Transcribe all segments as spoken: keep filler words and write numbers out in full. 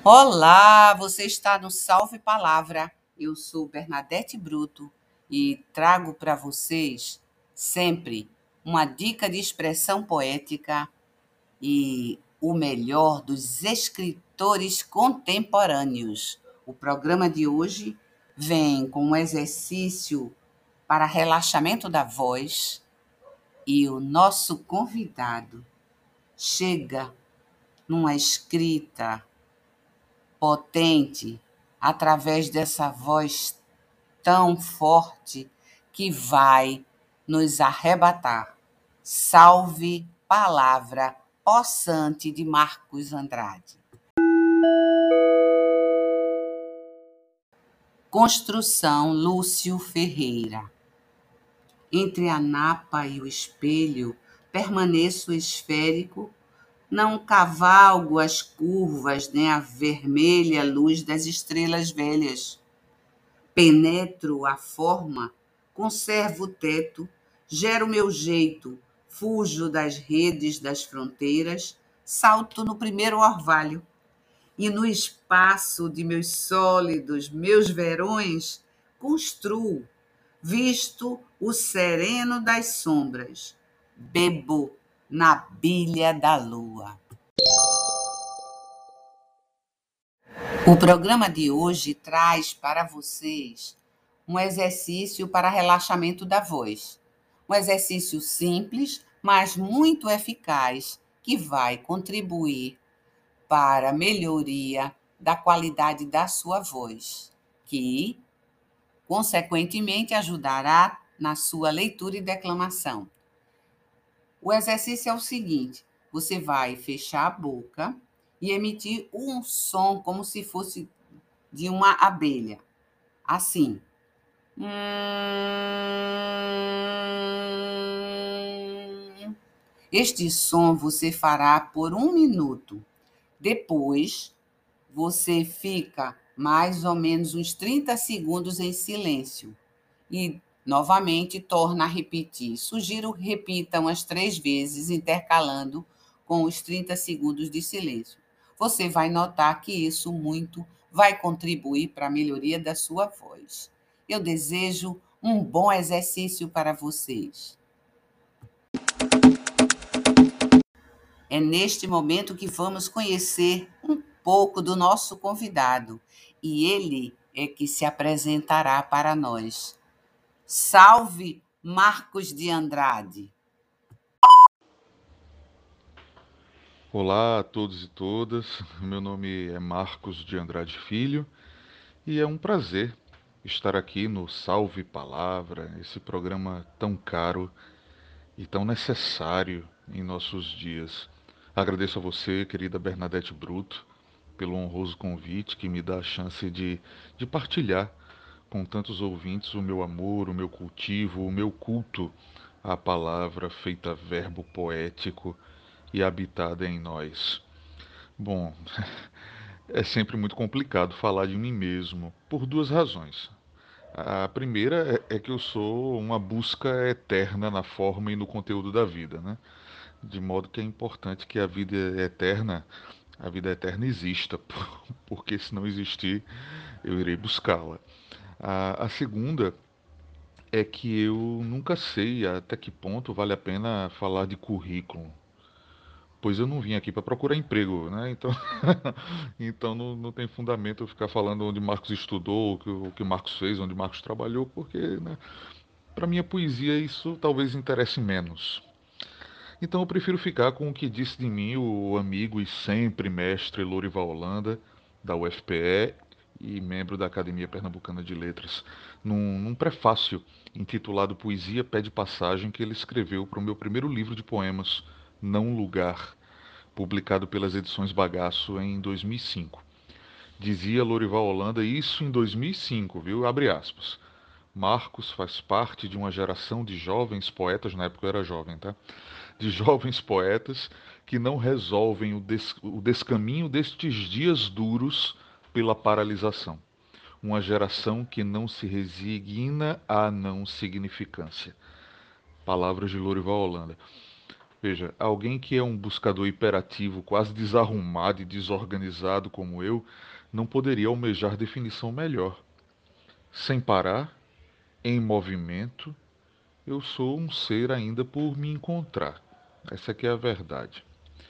Olá, você está no Salve Palavra. Eu sou Bernadette Bruto e trago para vocês sempre uma dica de expressão poética e o melhor dos escritores contemporâneos. O programa de hoje vem com um exercício para relaxamento da voz e o nosso convidado chega numa escrita potente, através dessa voz tão forte que vai nos arrebatar. Salve Palavra Possante de Marcos Andrade. Construção Lúcio Ferreira. Entre a napa e o espelho, permaneço esférico. Não cavalgo as curvas, nem a vermelha luz das estrelas velhas. Penetro a forma, conservo o teto, gero meu jeito, fujo das redes das fronteiras, salto no primeiro orvalho. E no espaço de meus sólidos, meus verões, construo, visto o sereno das sombras, bebo na bilha da lua. O programa de hoje traz para vocês um exercício para relaxamento da voz. Um exercício simples, mas muito eficaz, que vai contribuir para a melhoria da qualidade da sua voz, que, consequentemente, ajudará na sua leitura e declamação. O exercício é o seguinte: você vai fechar a boca e emitir um som como se fosse de uma abelha. Assim. Este som você fará por um minuto. Depois, você fica mais ou menos uns trinta segundos em silêncio e novamente torna a repetir. Sugiro que repita umas três vezes, intercalando com os trinta segundos de silêncio. Você vai notar que isso muito vai contribuir para a melhoria da sua voz. Eu desejo um bom exercício para vocês. É neste momento que vamos conhecer um pouco do nosso convidado, e ele é que se apresentará para nós. Salve Marcos de Andrade! Olá a todos e todas, meu nome é Marcos de Andrade Filho e é um prazer estar aqui no Salve Palavra, esse programa tão caro e tão necessário em nossos dias. Agradeço a você, querida Bernadette Bruto, pelo honroso convite que me dá a chance de, de partilhar com tantos ouvintes o meu amor, o meu cultivo, o meu culto à palavra feita verbo poético e habitada em nós. Bom, é sempre muito complicado falar de mim mesmo, por duas razões. A primeira é é que eu sou uma busca eterna na forma e no conteúdo da vida, né? De modo que é importante que a vida eterna, a vida eterna exista, porque se não existir, eu irei buscá-la. A, a segunda é que eu nunca sei até que ponto vale a pena falar de currículo, pois eu não vim aqui para procurar emprego, né? Então, então não, não tem fundamento eu ficar falando onde Marcos estudou, o que o que Marcos fez, onde Marcos trabalhou, porque, né, para minha poesia isso talvez interesse menos. Então eu prefiro ficar com o que disse de mim o amigo e sempre mestre Lorival Holanda, da U F P E e membro da Academia Pernambucana de Letras, num, num prefácio intitulado Poesia Pede Passagem que ele escreveu para o meu primeiro livro de poemas, Não Lugar, publicado pelas edições Bagaço em dois mil e cinco. Dizia Lorival Holanda isso em dois mil e cinco, viu? Abre aspas. Marcos faz parte de uma geração de jovens poetas, na época eu era jovem, tá? De jovens poetas que não resolvem o, des o descaminho destes dias duros pela paralisação. Uma geração que não se resigna à não significância. Palavras de Lorival Holanda. Veja, alguém que é um buscador hiperativo, quase desarrumado e desorganizado como eu, não poderia almejar definição melhor. Sem parar, em movimento, eu sou um ser ainda por me encontrar. Essa aqui é a verdade.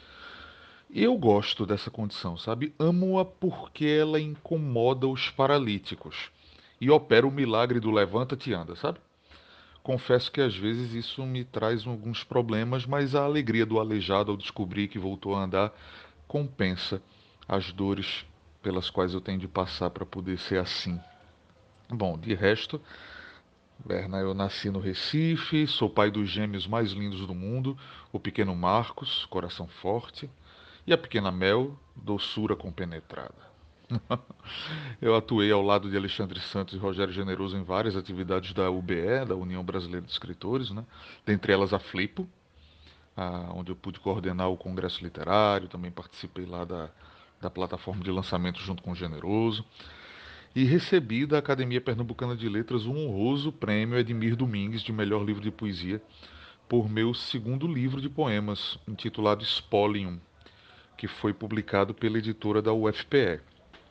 Eu gosto dessa condição, sabe? Amo-a porque ela incomoda os paralíticos e opera o milagre do levanta-te e anda, sabe? Confesso que às vezes isso me traz alguns problemas, mas a alegria do aleijado ao descobrir que voltou a andar compensa as dores pelas quais eu tenho de passar para poder ser assim. Bom, de resto, Berna, eu nasci no Recife, sou pai dos gêmeos mais lindos do mundo, o pequeno Marcos, coração forte, e a pequena Mel, doçura compenetrada. Eu atuei ao lado de Alexandre Santos e Rogério Generoso em várias atividades da U B E, da União Brasileira de Escritores, né? Dentre elas a Flipo, a, onde eu pude coordenar o Congresso Literário, também participei lá da, da plataforma de lançamento junto com o Generoso, e recebi da Academia Pernambucana de Letras um honroso prêmio Edmir Domingues de melhor livro de poesia por meu segundo livro de poemas, intitulado Spolium, que foi publicado pela editora da U F P E.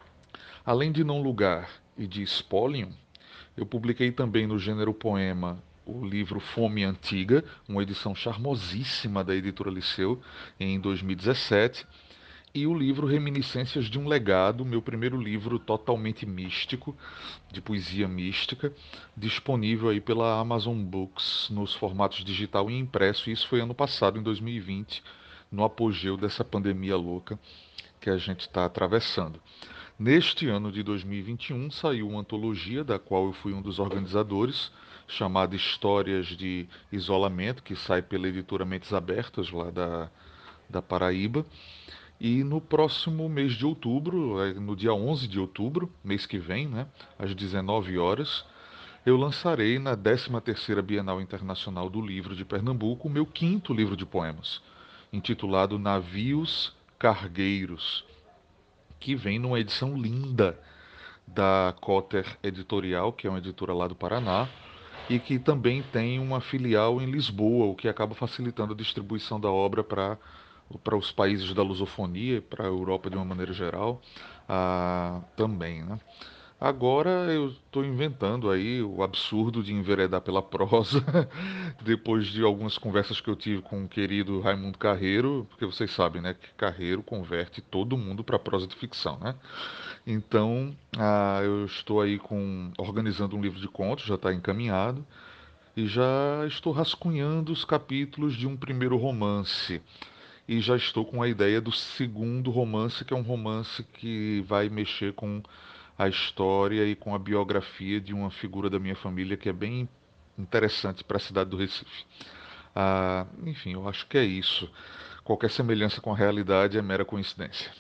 Além de Não Lugar e de Spolium, eu publiquei também no gênero poema o livro Fome Antiga, uma edição charmosíssima da editora Liceu, em dois mil e dezessete, e o livro Reminiscências de um Legado, meu primeiro livro totalmente místico, de poesia mística, disponível aí pela Amazon Books nos formatos digital e impresso, e isso foi ano passado, em dois mil e vinte, no apogeu dessa pandemia louca que a gente está atravessando. Neste ano de dois mil e vinte e um saiu uma antologia da qual eu fui um dos organizadores, chamada Histórias de Isolamento, que sai pela editora Mentes Abertas, lá da, da Paraíba. E no próximo mês de outubro, é, no dia onze de outubro, mês que vem, né, às dezenove horas, eu lançarei na décima terceira Bienal Internacional do Livro de Pernambuco o meu quinto livro de poemas, intitulado Navios Cargueiros, que vem numa edição linda da Cotter Editorial, que é uma editora lá do Paraná, e que também tem uma filial em Lisboa, o que acaba facilitando a distribuição da obra para para os países da lusofonia, para a Europa de uma maneira geral, ah, também, né? Agora eu estou inventando aí o absurdo de enveredar pela prosa, depois de algumas conversas que eu tive com o querido Raimundo Carreiro, porque vocês sabem, né, que Carreiro converte todo mundo para prosa de ficção, né? Então, ah, eu estou aí com organizando um livro de contos, já está encaminhado, e já estou rascunhando os capítulos de um primeiro romance. E já estou com a ideia do segundo romance, que é um romance que vai mexer com a história e com a biografia de uma figura da minha família que é bem interessante para a cidade do Recife. Ah, enfim, eu acho que é isso. Qualquer semelhança com a realidade é mera coincidência.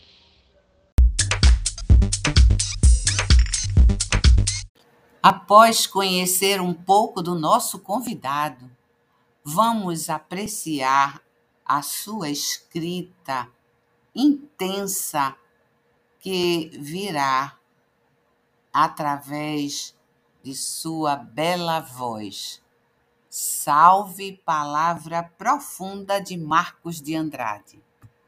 Após conhecer um pouco do nosso convidado, vamos apreciar a sua escrita intensa que virá através de sua bela voz. Salve palavra profunda de Marcos de Andrade.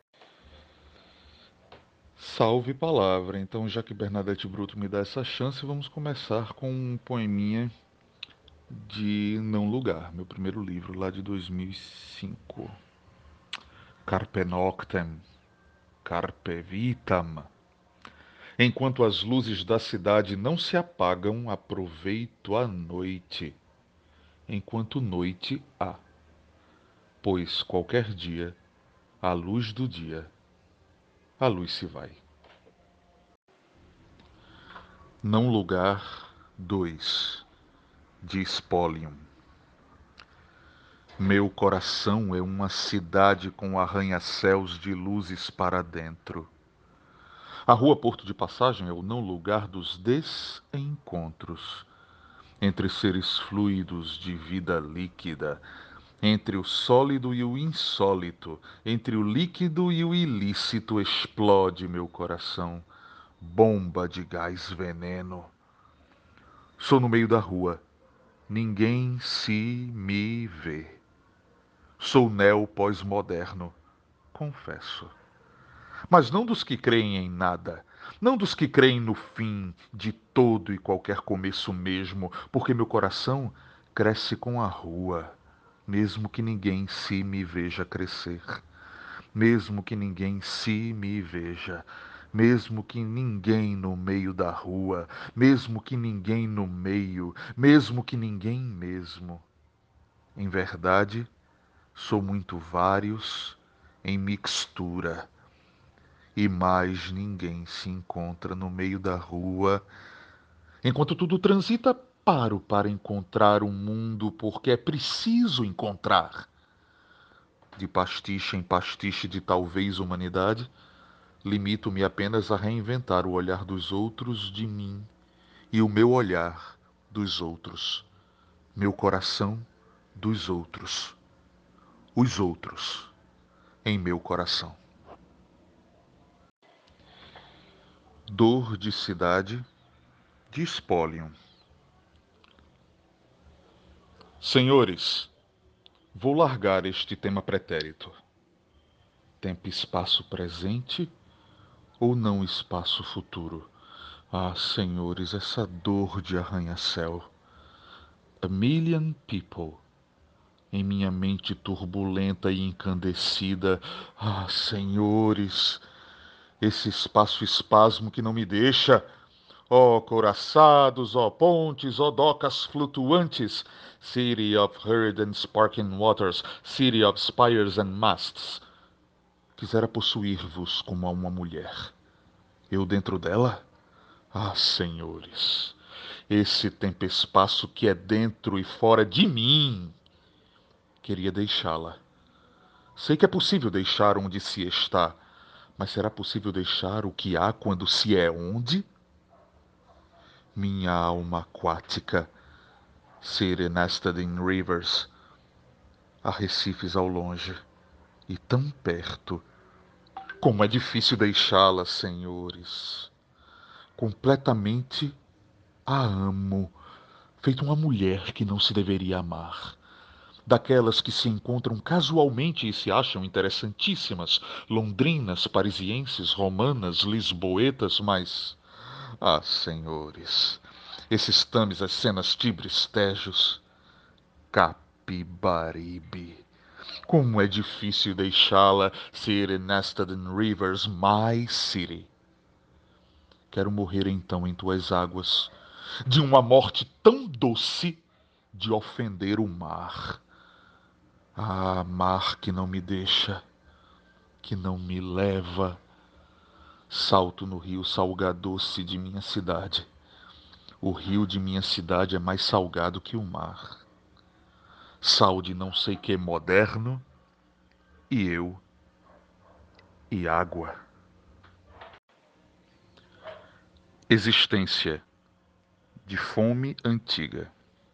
Salve palavra. Então, já que Bernadette Bruto me dá essa chance, vamos começar com um poeminha de Não Lugar, meu primeiro livro lá de dois mil e cinco. Carpe noctem, carpe vitam. Enquanto as luzes da cidade não se apagam, aproveito a noite. Enquanto noite há, pois qualquer dia, à luz do dia, a luz se vai. Não Lugar dois de Spolium. Meu coração é uma cidade com arranha-céus de luzes para dentro. A rua Porto de Passagem é o não lugar dos desencontros entre seres fluidos de vida líquida, entre o sólido e o insólito, entre o líquido e o ilícito, explode meu coração, bomba de gás veneno. Sou no meio da rua, ninguém se me vê. Sou neo-pós-moderno, confesso. Mas não dos que creem em nada, não dos que creem no fim de todo e qualquer começo mesmo, porque meu coração cresce com a rua, mesmo que ninguém se me veja crescer, mesmo que ninguém se me veja, mesmo que ninguém no meio da rua, mesmo que ninguém no meio, mesmo que ninguém mesmo. Em verdade, sou muito vários em mixtura e mais ninguém se encontra no meio da rua. Enquanto tudo transita, paro para encontrar um mundo, porque é preciso encontrar. De pastiche em pastiche de talvez humanidade, limito-me apenas a reinventar o olhar dos outros de mim e o meu olhar dos outros, meu coração dos outros, os outros em meu coração. Dor de cidade, de Spolium. Senhores, vou largar este tema pretérito. Tempo e espaço presente ou não espaço futuro? Ah, senhores, essa dor de arranha-céu. A million people em minha mente turbulenta e encandecida. Ah, senhores, esse espaço-espasmo que não me deixa. Ó oh, couraçados, ó oh, pontes, ó oh, docas flutuantes, city of hurried and sparkling waters, city of spires and masts. Quisera possuir-vos como a uma mulher. Eu dentro dela? Ah, senhores, esse tempo-espaço que é dentro e fora de mim. Queria deixá-la. Sei que é possível deixar onde se está, mas será possível deixar o que há quando se é onde? Minha alma aquática, serenasted in rivers, arrecifes ao longe e tão perto. Como é difícil deixá-la, senhores. Completamente a amo, feito uma mulher que não se deveria amar. Daquelas que se encontram casualmente e se acham interessantíssimas, londrinas, parisienses, romanas, lisboetas, mas... Ah, senhores, esses tames, as cenas tibres, tejos, Capibaribe. Como é difícil deixá-la ser nested in rivers, my city. Quero morrer então em tuas águas, de uma morte tão doce de ofender o mar. Ah, mar que não me deixa, que não me leva. Salto no rio salgadoce de minha cidade. O rio de minha cidade é mais salgado que o mar. Sal de não sei que moderno, e eu, e água. Existência de fome antiga.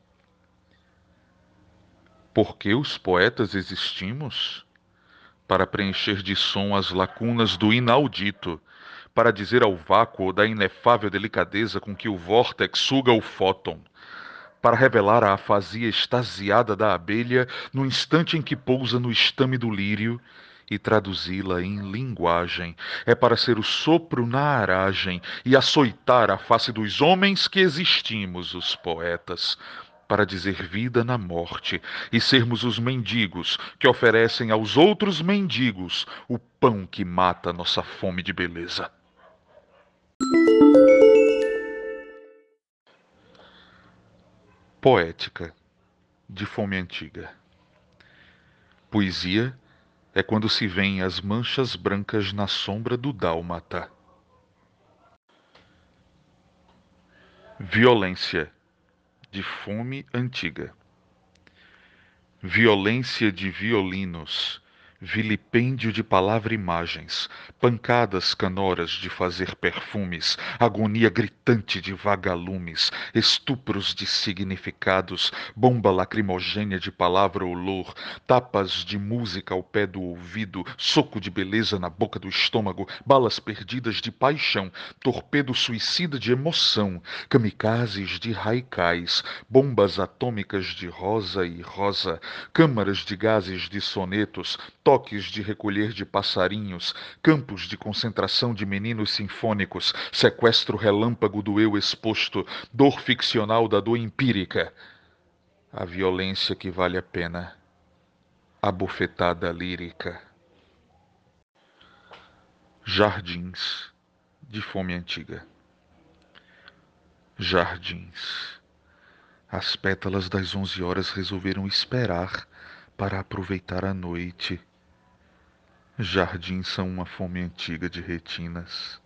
Porque os poetas existimos? Para preencher de som as lacunas do inaudito, para dizer ao vácuo da inefável delicadeza com que o vórtex suga o fóton, para revelar a afasia extasiada da abelha no instante em que pousa no estame do lírio e traduzi-la em linguagem. É para ser o sopro na aragem e açoitar a face dos homens que existimos, os poetas, para dizer vida na morte e sermos os mendigos que oferecem aos outros mendigos o pão que mata nossa fome de beleza. Poética de fome antiga. Poesia é quando se vêem as manchas brancas na sombra do dálmata. Violência de fome antiga. Violência de violinos, vilipêndio de palavra-imagens, pancadas canoras de fazer perfumes, agonia gritante de vagalumes, estupros de significados, bomba lacrimogênea de palavra-olor, tapas de música ao pé do ouvido, soco de beleza na boca do estômago, balas perdidas de paixão, torpedo suicida de emoção, kamikazes de haikais, bombas atômicas de rosa e rosa, câmaras de gases de sonetos, toques de recolher de passarinhos, campos de concentração de meninos sinfônicos, sequestro relâmpago do eu exposto, dor ficcional da dor empírica, a violência que vale a pena, a bofetada lírica. Jardins de fome antiga. Jardins. As pétalas das onze horas resolveram esperar para aproveitar a noite. Jardins são uma fome antiga de retinas.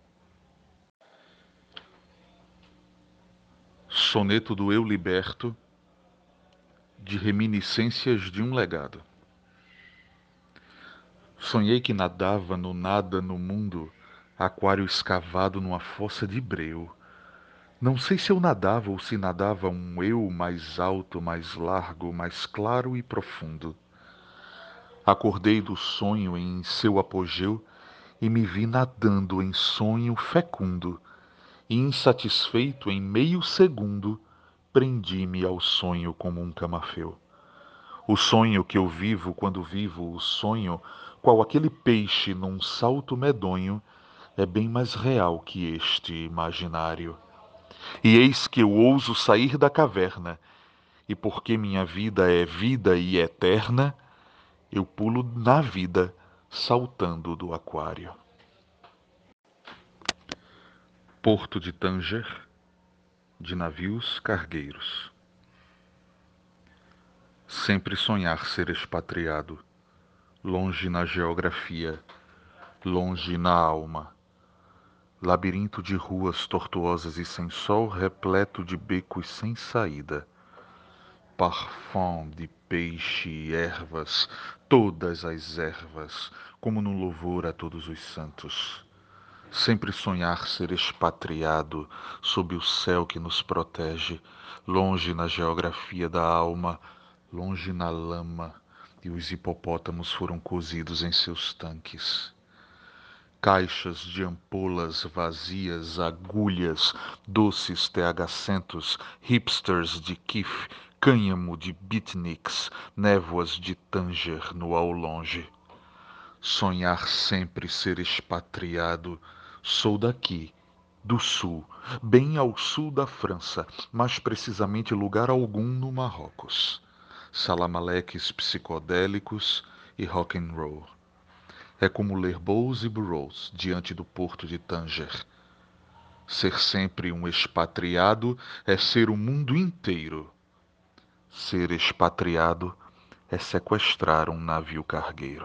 Soneto do Eu Liberto, de reminiscências de um legado. Sonhei que nadava no nada no mundo, aquário escavado numa fossa de breu. Não sei se eu nadava ou se nadava um eu mais alto, mais largo, mais claro e profundo. Acordei do sonho em seu apogeu e me vi nadando em sonho fecundo, e insatisfeito em meio segundo, prendi-me ao sonho como um camafeu. O sonho que eu vivo quando vivo o sonho, qual aquele peixe num salto medonho, é bem mais real que este imaginário. E eis que eu ouso sair da caverna, e porque minha vida é vida e eterna, eu pulo na vida, saltando do aquário. Porto de Tanger, de navios cargueiros. Sempre sonhar ser expatriado, longe na geografia, longe na alma. Labirinto de ruas tortuosas e sem sol, repleto de becos sem saída. Parfum de peixe e ervas, todas as ervas, como no louvor a todos os santos. Sempre sonhar ser expatriado sob o céu que nos protege, longe na geografia da alma, longe na lama, e os hipopótamos foram cozidos em seus tanques. Caixas de ampolas vazias, agulhas, doces T H-centos, hipsters de Kif, cânhamo de beatniks, névoas de Tanger no ao longe. Sonhar sempre ser expatriado, sou daqui, do sul, bem ao sul da França, mais precisamente lugar algum no Marrocos. Salamaleques psicodélicos e rock and roll. É como ler Bowles e Burroughs diante do porto de Tanger. Ser sempre um expatriado é ser o mundo inteiro. Ser expatriado é sequestrar um navio cargueiro.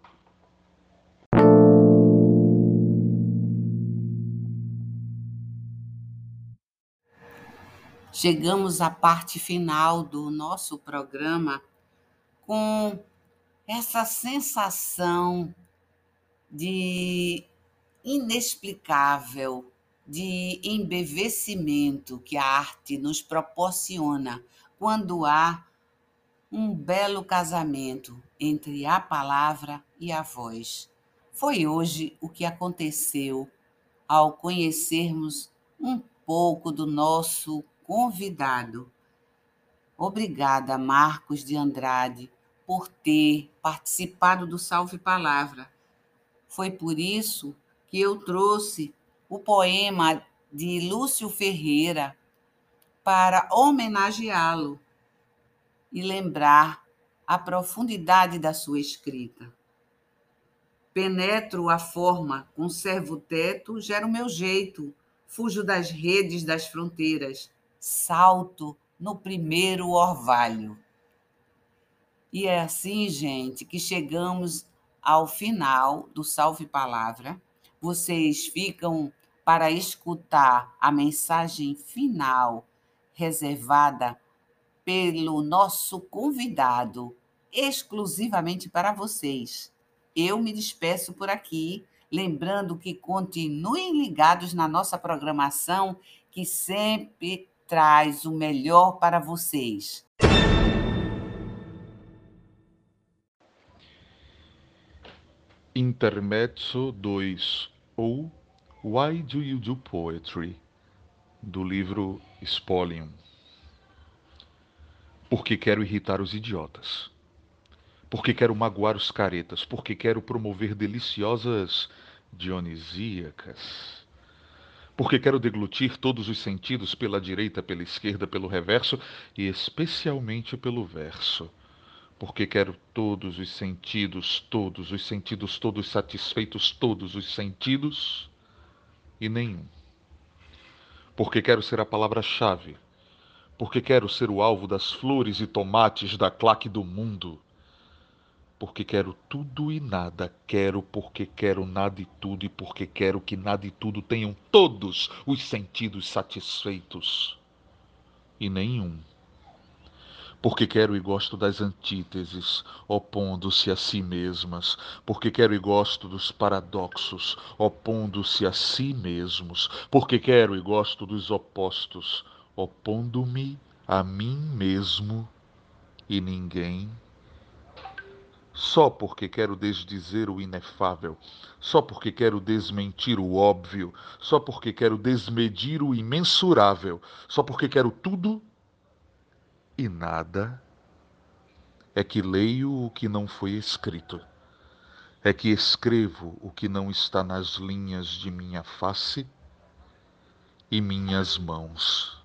Chegamos à parte final do nosso programa com essa sensação de inexplicável, de embevecimento que a arte nos proporciona quando há um belo casamento entre a palavra e a voz. Foi hoje o que aconteceu ao conhecermos um pouco do nosso convidado. Obrigada, Marcos de Andrade, por ter participado do Salve Palavra. Foi por isso que eu trouxe o poema de Lúcio Ferreira para homenageá-lo e lembrar a profundidade da sua escrita. Penetro a forma, conservo o teto, gero o meu jeito, fujo das redes das fronteiras, salto no primeiro orvalho. E é assim, gente, que chegamos ao final do Salve Palavra. Vocês ficam para escutar a mensagem final reservada pelo nosso convidado, exclusivamente para vocês. Eu me despeço por aqui, lembrando que continuem ligados na nossa programação, que sempre traz o melhor para vocês. Intermezzo dois, ou Why Do You Do Poetry, do livro Spolium. Porque quero irritar os idiotas. Porque quero magoar os caretas. Porque quero promover deliciosas dionisíacas. Porque quero deglutir todos os sentidos pela direita, pela esquerda, pelo reverso e especialmente pelo verso. Porque quero todos os sentidos, todos os sentidos, todos satisfeitos, todos os sentidos e nenhum. Porque quero ser a palavra-chave. Porque quero ser o alvo das flores e tomates da claque do mundo. Porque quero tudo e nada, quero porque quero nada e tudo, e porque quero que nada e tudo tenham todos os sentidos satisfeitos e nenhum. Porque quero e gosto das antíteses, opondo-se a si mesmas. Porque quero e gosto dos paradoxos, opondo-se a si mesmos. Porque quero e gosto dos opostos, opondo-me a mim mesmo e ninguém. Só porque quero desdizer o inefável, só porque quero desmentir o óbvio, só porque quero desmedir o imensurável, só porque quero tudo e nada, é que leio o que não foi escrito, é que escrevo o que não está nas linhas de minha face e minhas mãos.